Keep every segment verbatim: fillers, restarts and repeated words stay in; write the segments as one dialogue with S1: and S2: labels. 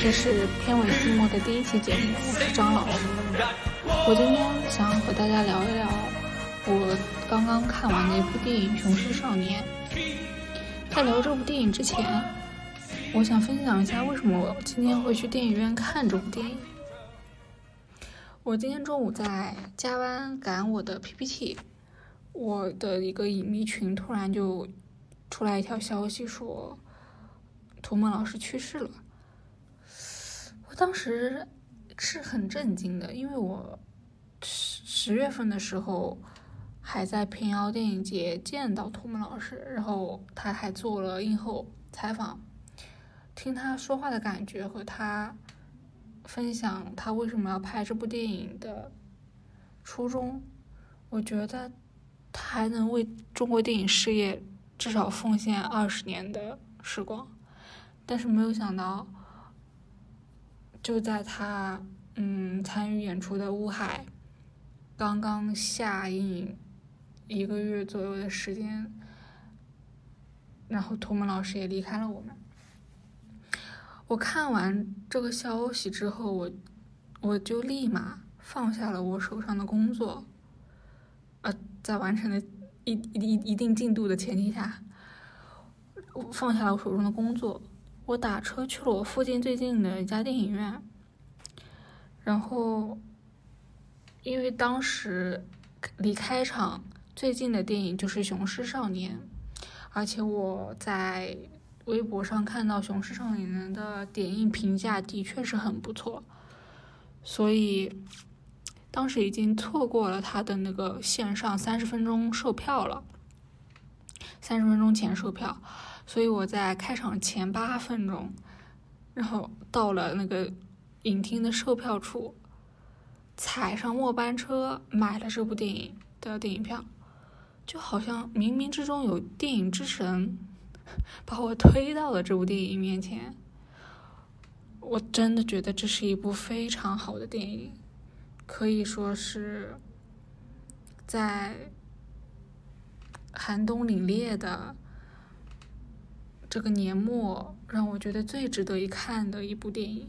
S1: 这是片尾字幕的第一期节目，我是张老。我今天想和大家聊一聊我刚刚看完的一部电影《雄狮少年》。在聊这部电影之前，我想分享一下为什么我今天会去电影院看这部电影。我今天中午在加班赶我的 P P T， 我的一个影迷群突然就出来一条消息说涂蒙老师去世了。我当时是很震惊的，因为我十十月份的时候还在平遥电影节见到涂蒙老师，然后他还做了映后采访，听他说话的感觉和他分享他为什么要拍这部电影的初衷，我觉得他还能为中国电影事业至少奉献二十年的时光。但是没有想到，就在他嗯参与演出的《乌海》刚刚下映一个月左右的时间，然后涂蒙老师也离开了我们。我看完这个消息之后，我我就立马放下了我手上的工作，呃，在完成了一一一定进度的前提下，我放下了我手中的工作，我打车去了我附近最近的一家电影院。然后因为当时离开场最近的电影就是《雄狮少年》，而且我在微博上看到《雄狮少年》的点映评价的确是很不错，所以当时已经错过了他的那个线上三十分钟售票了，三十分钟前售票，所以我在开场前八分钟，然后到了那个影厅的售票处，踩上末班车买了这部电影的电影票，就好像冥冥之中有电影之神把我推到了这部电影面前。我真的觉得这是一部非常好的电影，可以说是在寒冬凛冽的这个年末让我觉得最值得一看的一部电影。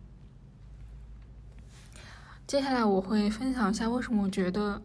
S1: 接下来我会分享一下为什么我觉得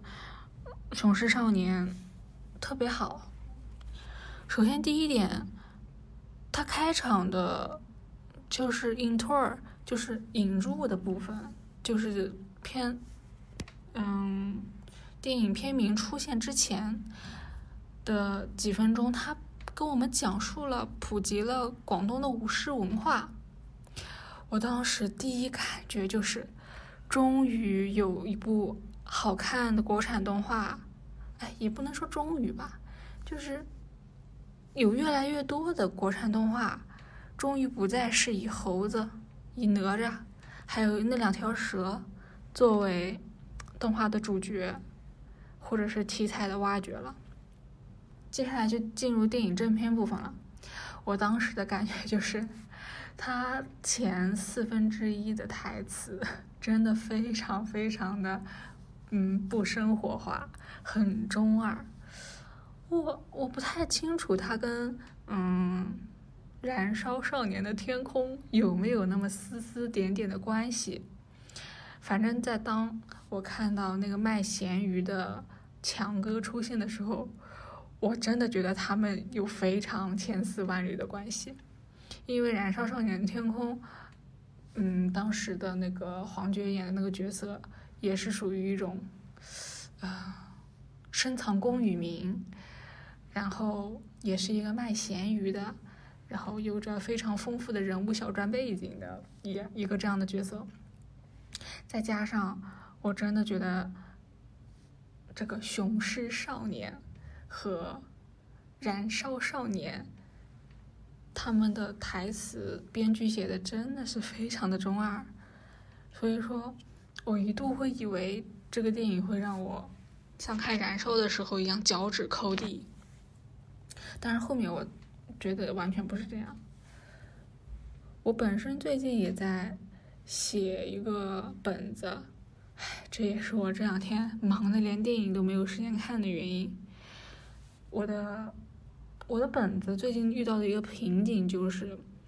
S1: 《雄狮少年》特别好。首先第一点，它开场的就是 intro， 就是引入的部分，就是片嗯电影片名出现之前的几分钟，它跟我们讲述了普及了广东的舞狮文化。我当时第一感觉就是终于有一部好看的国产动画，哎，也不能说终于吧，就是有越来越多的国产动画终于不再是以猴子、以哪吒还有那两条蛇作为动画的主角或者是题材的挖掘了。接下来就进入电影正片部分了。我当时的感觉就是它前四分之一的台词真的非常非常的嗯不生活化，很中二。我我不太清楚它跟嗯燃烧少年的天空有没有那么丝丝点点的关系。反正在当我看到那个卖咸鱼的强哥出现的时候，我真的觉得他们有非常千丝万缕的关系。因为燃烧少年的天空嗯当时的那个黄觉演的那个角色也是属于一种呃深藏功与名，然后也是一个卖咸鱼的，然后有着非常丰富的人物小传背景的一一个这样的角色。再加上我真的觉得这个雄狮少年和燃烧少年他们的台词编剧写的真的是非常的中二，所以说我一度会以为这个电影会让我像看燃烧的时候一样脚趾抠地，但是后面我觉得完全不是这样。我本身最近也在写一个本子，这也是我这两天忙的连电影都没有时间看的原因。我的我的本子最近遇到的一个瓶颈就是，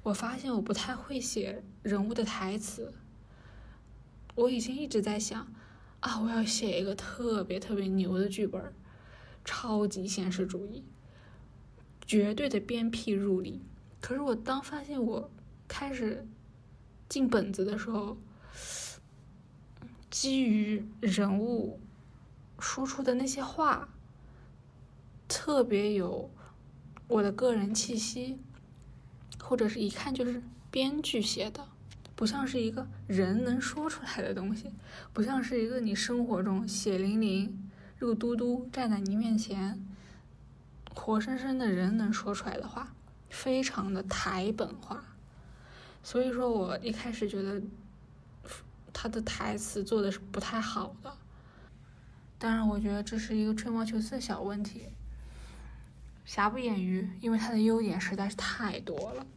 S1: 我发现我不太会写人物的台词。我以前一直在想啊，我要写一个特别特别牛的剧本，超级现实主义，绝对的鞭辟入里。可是我当发现我开始进本子的时候，基于人物输出的那些话特别有我的个人气息，或者是一看就是编剧写的，不像是一个人能说出来的东西，不像是一个你生活中血淋淋肉嘟嘟站在你面前活生生的人能说出来的话，非常的台本化。所以说我一开始觉得他的台词做的是不太好的，当然我觉得这是一个吹毛求疵的小问题，瑕不掩瑜，因为他的优点实在是太多了。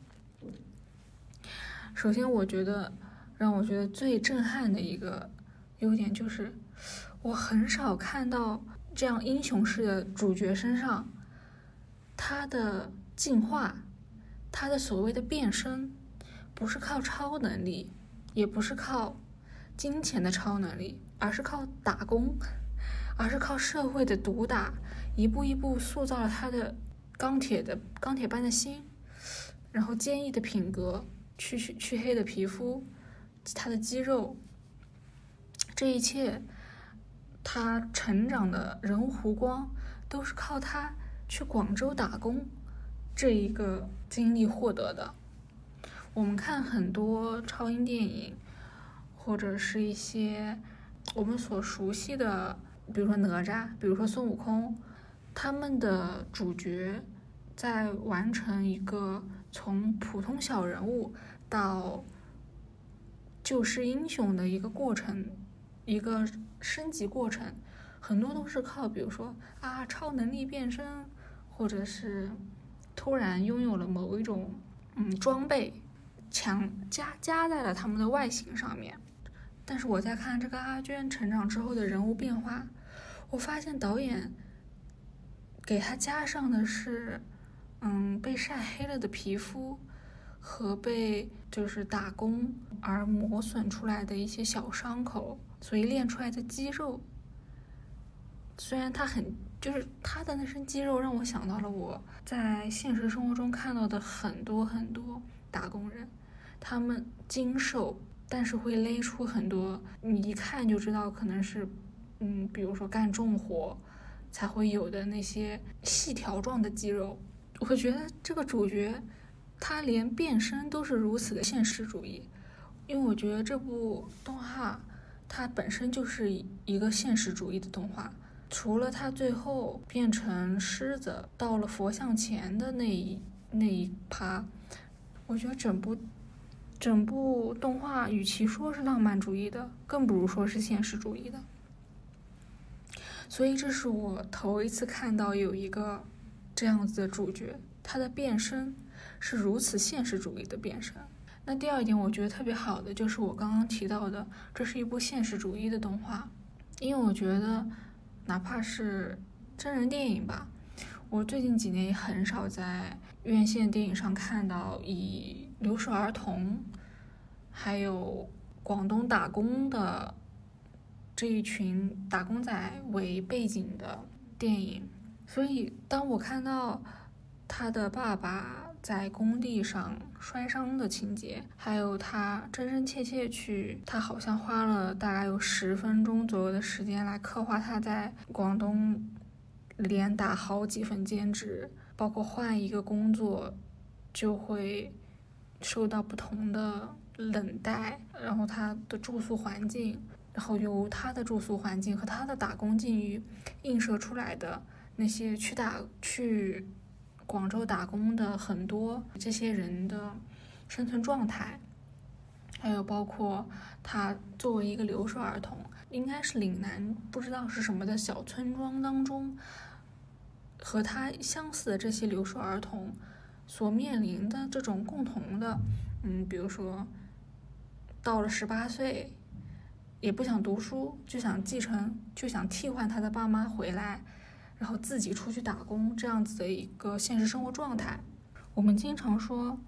S1: 首先我觉得让我觉得最震撼的一个优点就是我很少看到这样英雄式的主角身上他的进化，他的所谓的变身不是靠超能力，也不是靠金钱的超能力，而是靠打工，而是靠社会的毒打，一步一步塑造了他的钢铁的钢铁般的心，然后坚毅的品格，黢黢黑的皮肤，他的肌肉，这一切他成长的人物弧光都是靠他去广州打工这一个经历获得的。我们看很多超英电影，或者是一些我们所熟悉的，比如说哪吒，比如说孙悟空，他们的主角在完成一个从普通小人物到救世英雄的一个过程，一个升级过程，很多都是靠比如说啊超能力变身，或者是突然拥有了某一种嗯装备，强加加在了他们的外形上面。但是我在看这个阿娟成长之后的人物变化，我发现导演给她加上的是嗯被晒黑了的皮肤和被就是打工而磨损出来的一些小伤口，所以练出来的肌肉，虽然他很就是他的那身肌肉让我想到了我在现实生活中看到的很多很多打工人，他们精瘦但是会勒出很多你一看就知道可能是嗯，比如说干重活才会有的那些细条状的肌肉。我觉得这个主角他连变身都是如此的现实主义，因为我觉得这部动画它本身就是一个现实主义的动画，除了他最后变成狮子到了佛像前的那一那一趴，我觉得整部整部动画与其说是浪漫主义的，更不如说是现实主义的。所以这是我头一次看到有一个这样子的主角，他的变身是如此现实主义的变身。那第二点我觉得特别好的就是我刚刚提到的，这是一部现实主义的动画。因为我觉得哪怕是真人电影吧，我最近几年也很少在院线电影上看到以留守儿童还有广东打工的这一群打工仔为背景的电影。所以当我看到他的爸爸在工地上摔伤的情节，还有他真真切切去，他好像花了大概有十分钟左右的时间来刻画他在广东连打好几份兼职，包括换一个工作就会受到不同的冷待，然后他的住宿环境，然后由他的住宿环境和他的打工境遇映射出来的那些去打去广州打工的很多这些人的生存状态，还有包括他作为一个留守儿童，应该是岭南不知道是什么的小村庄当中，和他相似的这些留守儿童所面临的这种共同的嗯，比如说到了十八岁也不想读书，就想继承就想替换他的爸妈回来，然后自己出去打工，这样子的一个现实生活状态。我们经常说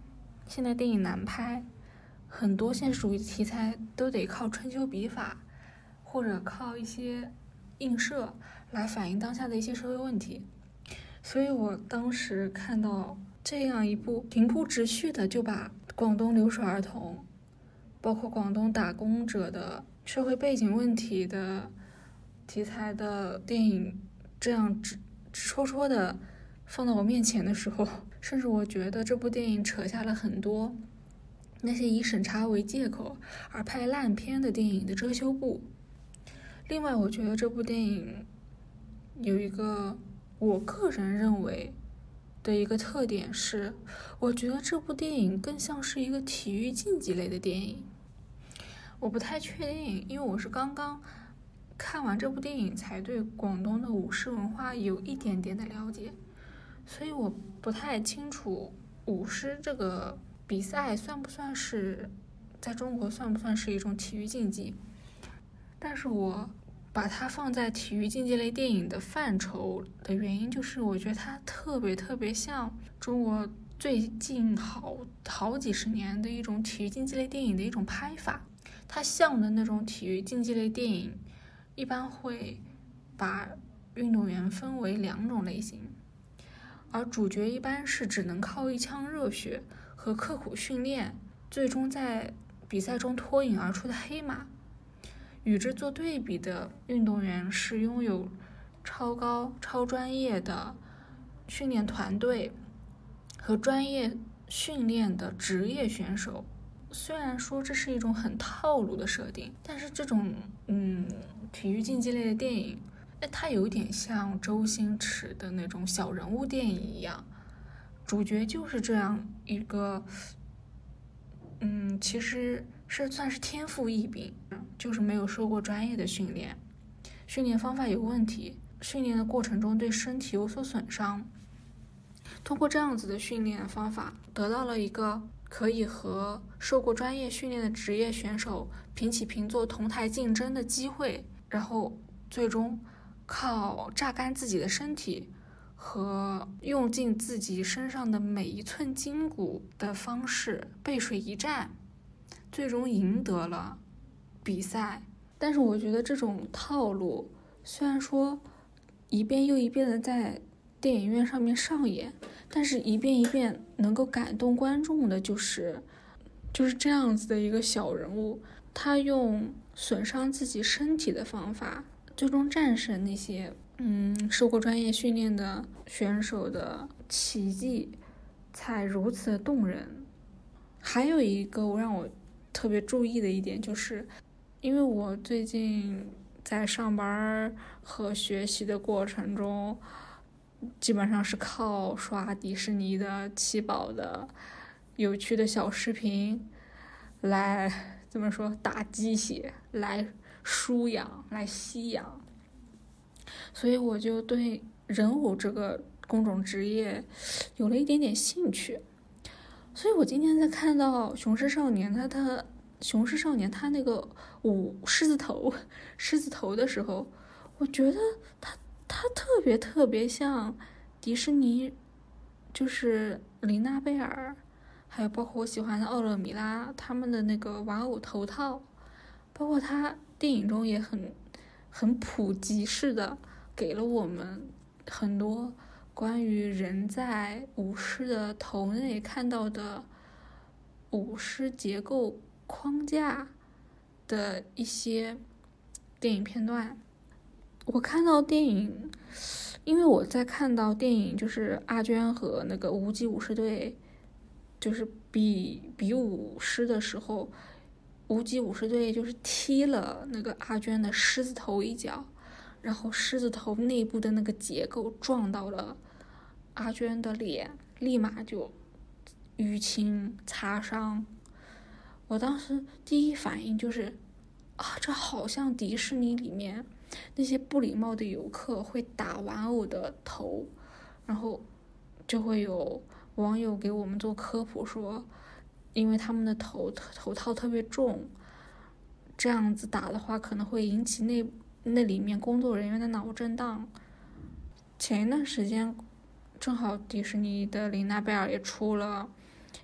S1: 现在电影难拍，很多现实主义的题材都得靠春秋笔法，或者靠一些映射来反映当下的一些社会问题。所以我当时看到这样一部平铺直叙的就把广东留守儿童，包括广东打工者的社会背景问题的题材的电影，这样直直戳戳的放到我面前的时候，甚至我觉得这部电影扯下了很多那些以审查为借口而拍烂片的电影的遮羞布。另外，我觉得这部电影有一个我个人认为的一个特点是，我觉得这部电影更像是一个体育竞技类的电影。我不太确定，因为我是刚刚看完这部电影才对广东的舞狮文化有一点点的了解，所以我不太清楚舞狮这个比赛算不算是在中国算不算是一种体育竞技。但是我把它放在体育竞技类电影的范畴的原因，就是我觉得它特别特别像中国最近好好几十年的一种体育竞技类电影的一种拍法。它像的那种体育竞技类电影一般会把运动员分为两种类型，而主角一般是只能靠一腔热血和刻苦训练最终在比赛中脱颖而出的黑马。与之做对比的运动员是拥有超高超专业的训练团队和专业训练的职业选手。虽然说这是一种很套路的设定，但是这种嗯体育竞技类的电影，它有点像周星驰的那种小人物电影一样，主角就是这样一个嗯其实是算是天赋异禀，就是没有受过专业的训练，训练方法有问题，训练的过程中对身体有所损伤，通过这样子的训练方法得到了一个可以和受过专业训练的职业选手平起平坐同台竞争的机会，然后最终靠榨干自己的身体和用尽自己身上的每一寸筋骨的方式背水一战，最终赢得了比赛。但是我觉得这种套路虽然说一遍又一遍的在电影院上面上演，但是一遍一遍能够感动观众的就是就是这样子的一个小人物，他用损伤自己身体的方法最终战胜那些嗯受过专业训练的选手的奇迹才如此的动人。还有一个让我特别注意的一点，就是因为我最近在上班和学习的过程中基本上是靠刷迪士尼的七宝的有趣的小视频来怎么说打鸡血，来舒养，来吸氧，所以我就对人偶这个工种职业有了一点点兴趣。所以我今天在看到雄狮少年他的雄狮少年他那个舞狮子头狮子头的时候，我觉得他他特别特别像迪士尼，就是琳娜贝尔还有包括我喜欢的奥勒米拉他们的那个玩偶头套，包括他电影中也很很普及式的给了我们很多关于人在舞狮的头内看到的舞狮结构框架的一些电影片段。我看到电影，因为我在看到电影就是阿娟和那个无极舞狮队就是比比舞狮的时候，无极舞狮队就是踢了那个阿娟的狮子头一脚，然后狮子头内部的那个结构撞到了阿娟的脸，立马就淤青擦伤。我当时第一反应就是啊，这好像迪士尼里面那些不礼貌的游客会打玩偶的头，然后就会有网友给我们做科普说，因为他们的头头套特别重，这样子打的话可能会引起那那里面工作人员的脑震荡。前一段时间正好迪士尼的琳娜贝尔也出了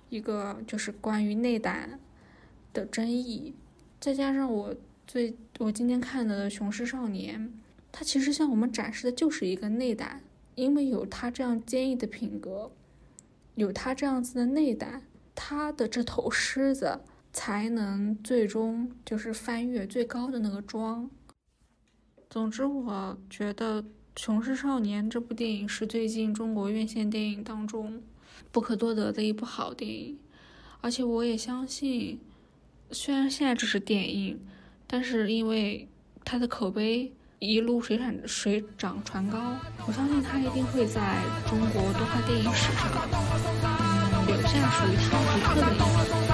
S1: 一个就是关于内胆的争议，再加上我最我今天看的《雄狮少年》，它其实向我们展示的就是一个内胆，因为有他这样坚毅的品格，有他这样子的内胆，他的这头狮子才能最终就是翻越最高的那个庄。总之我觉得《雄狮少年》这部电影是最近中国院线电影当中不可多得的一部好电影，而且我也相信，虽然现在只是电影，但是因为它的口碑一路水涨水涨船高，我相信它一定会在中国动画电影史上、嗯、留下属于它独特的印记。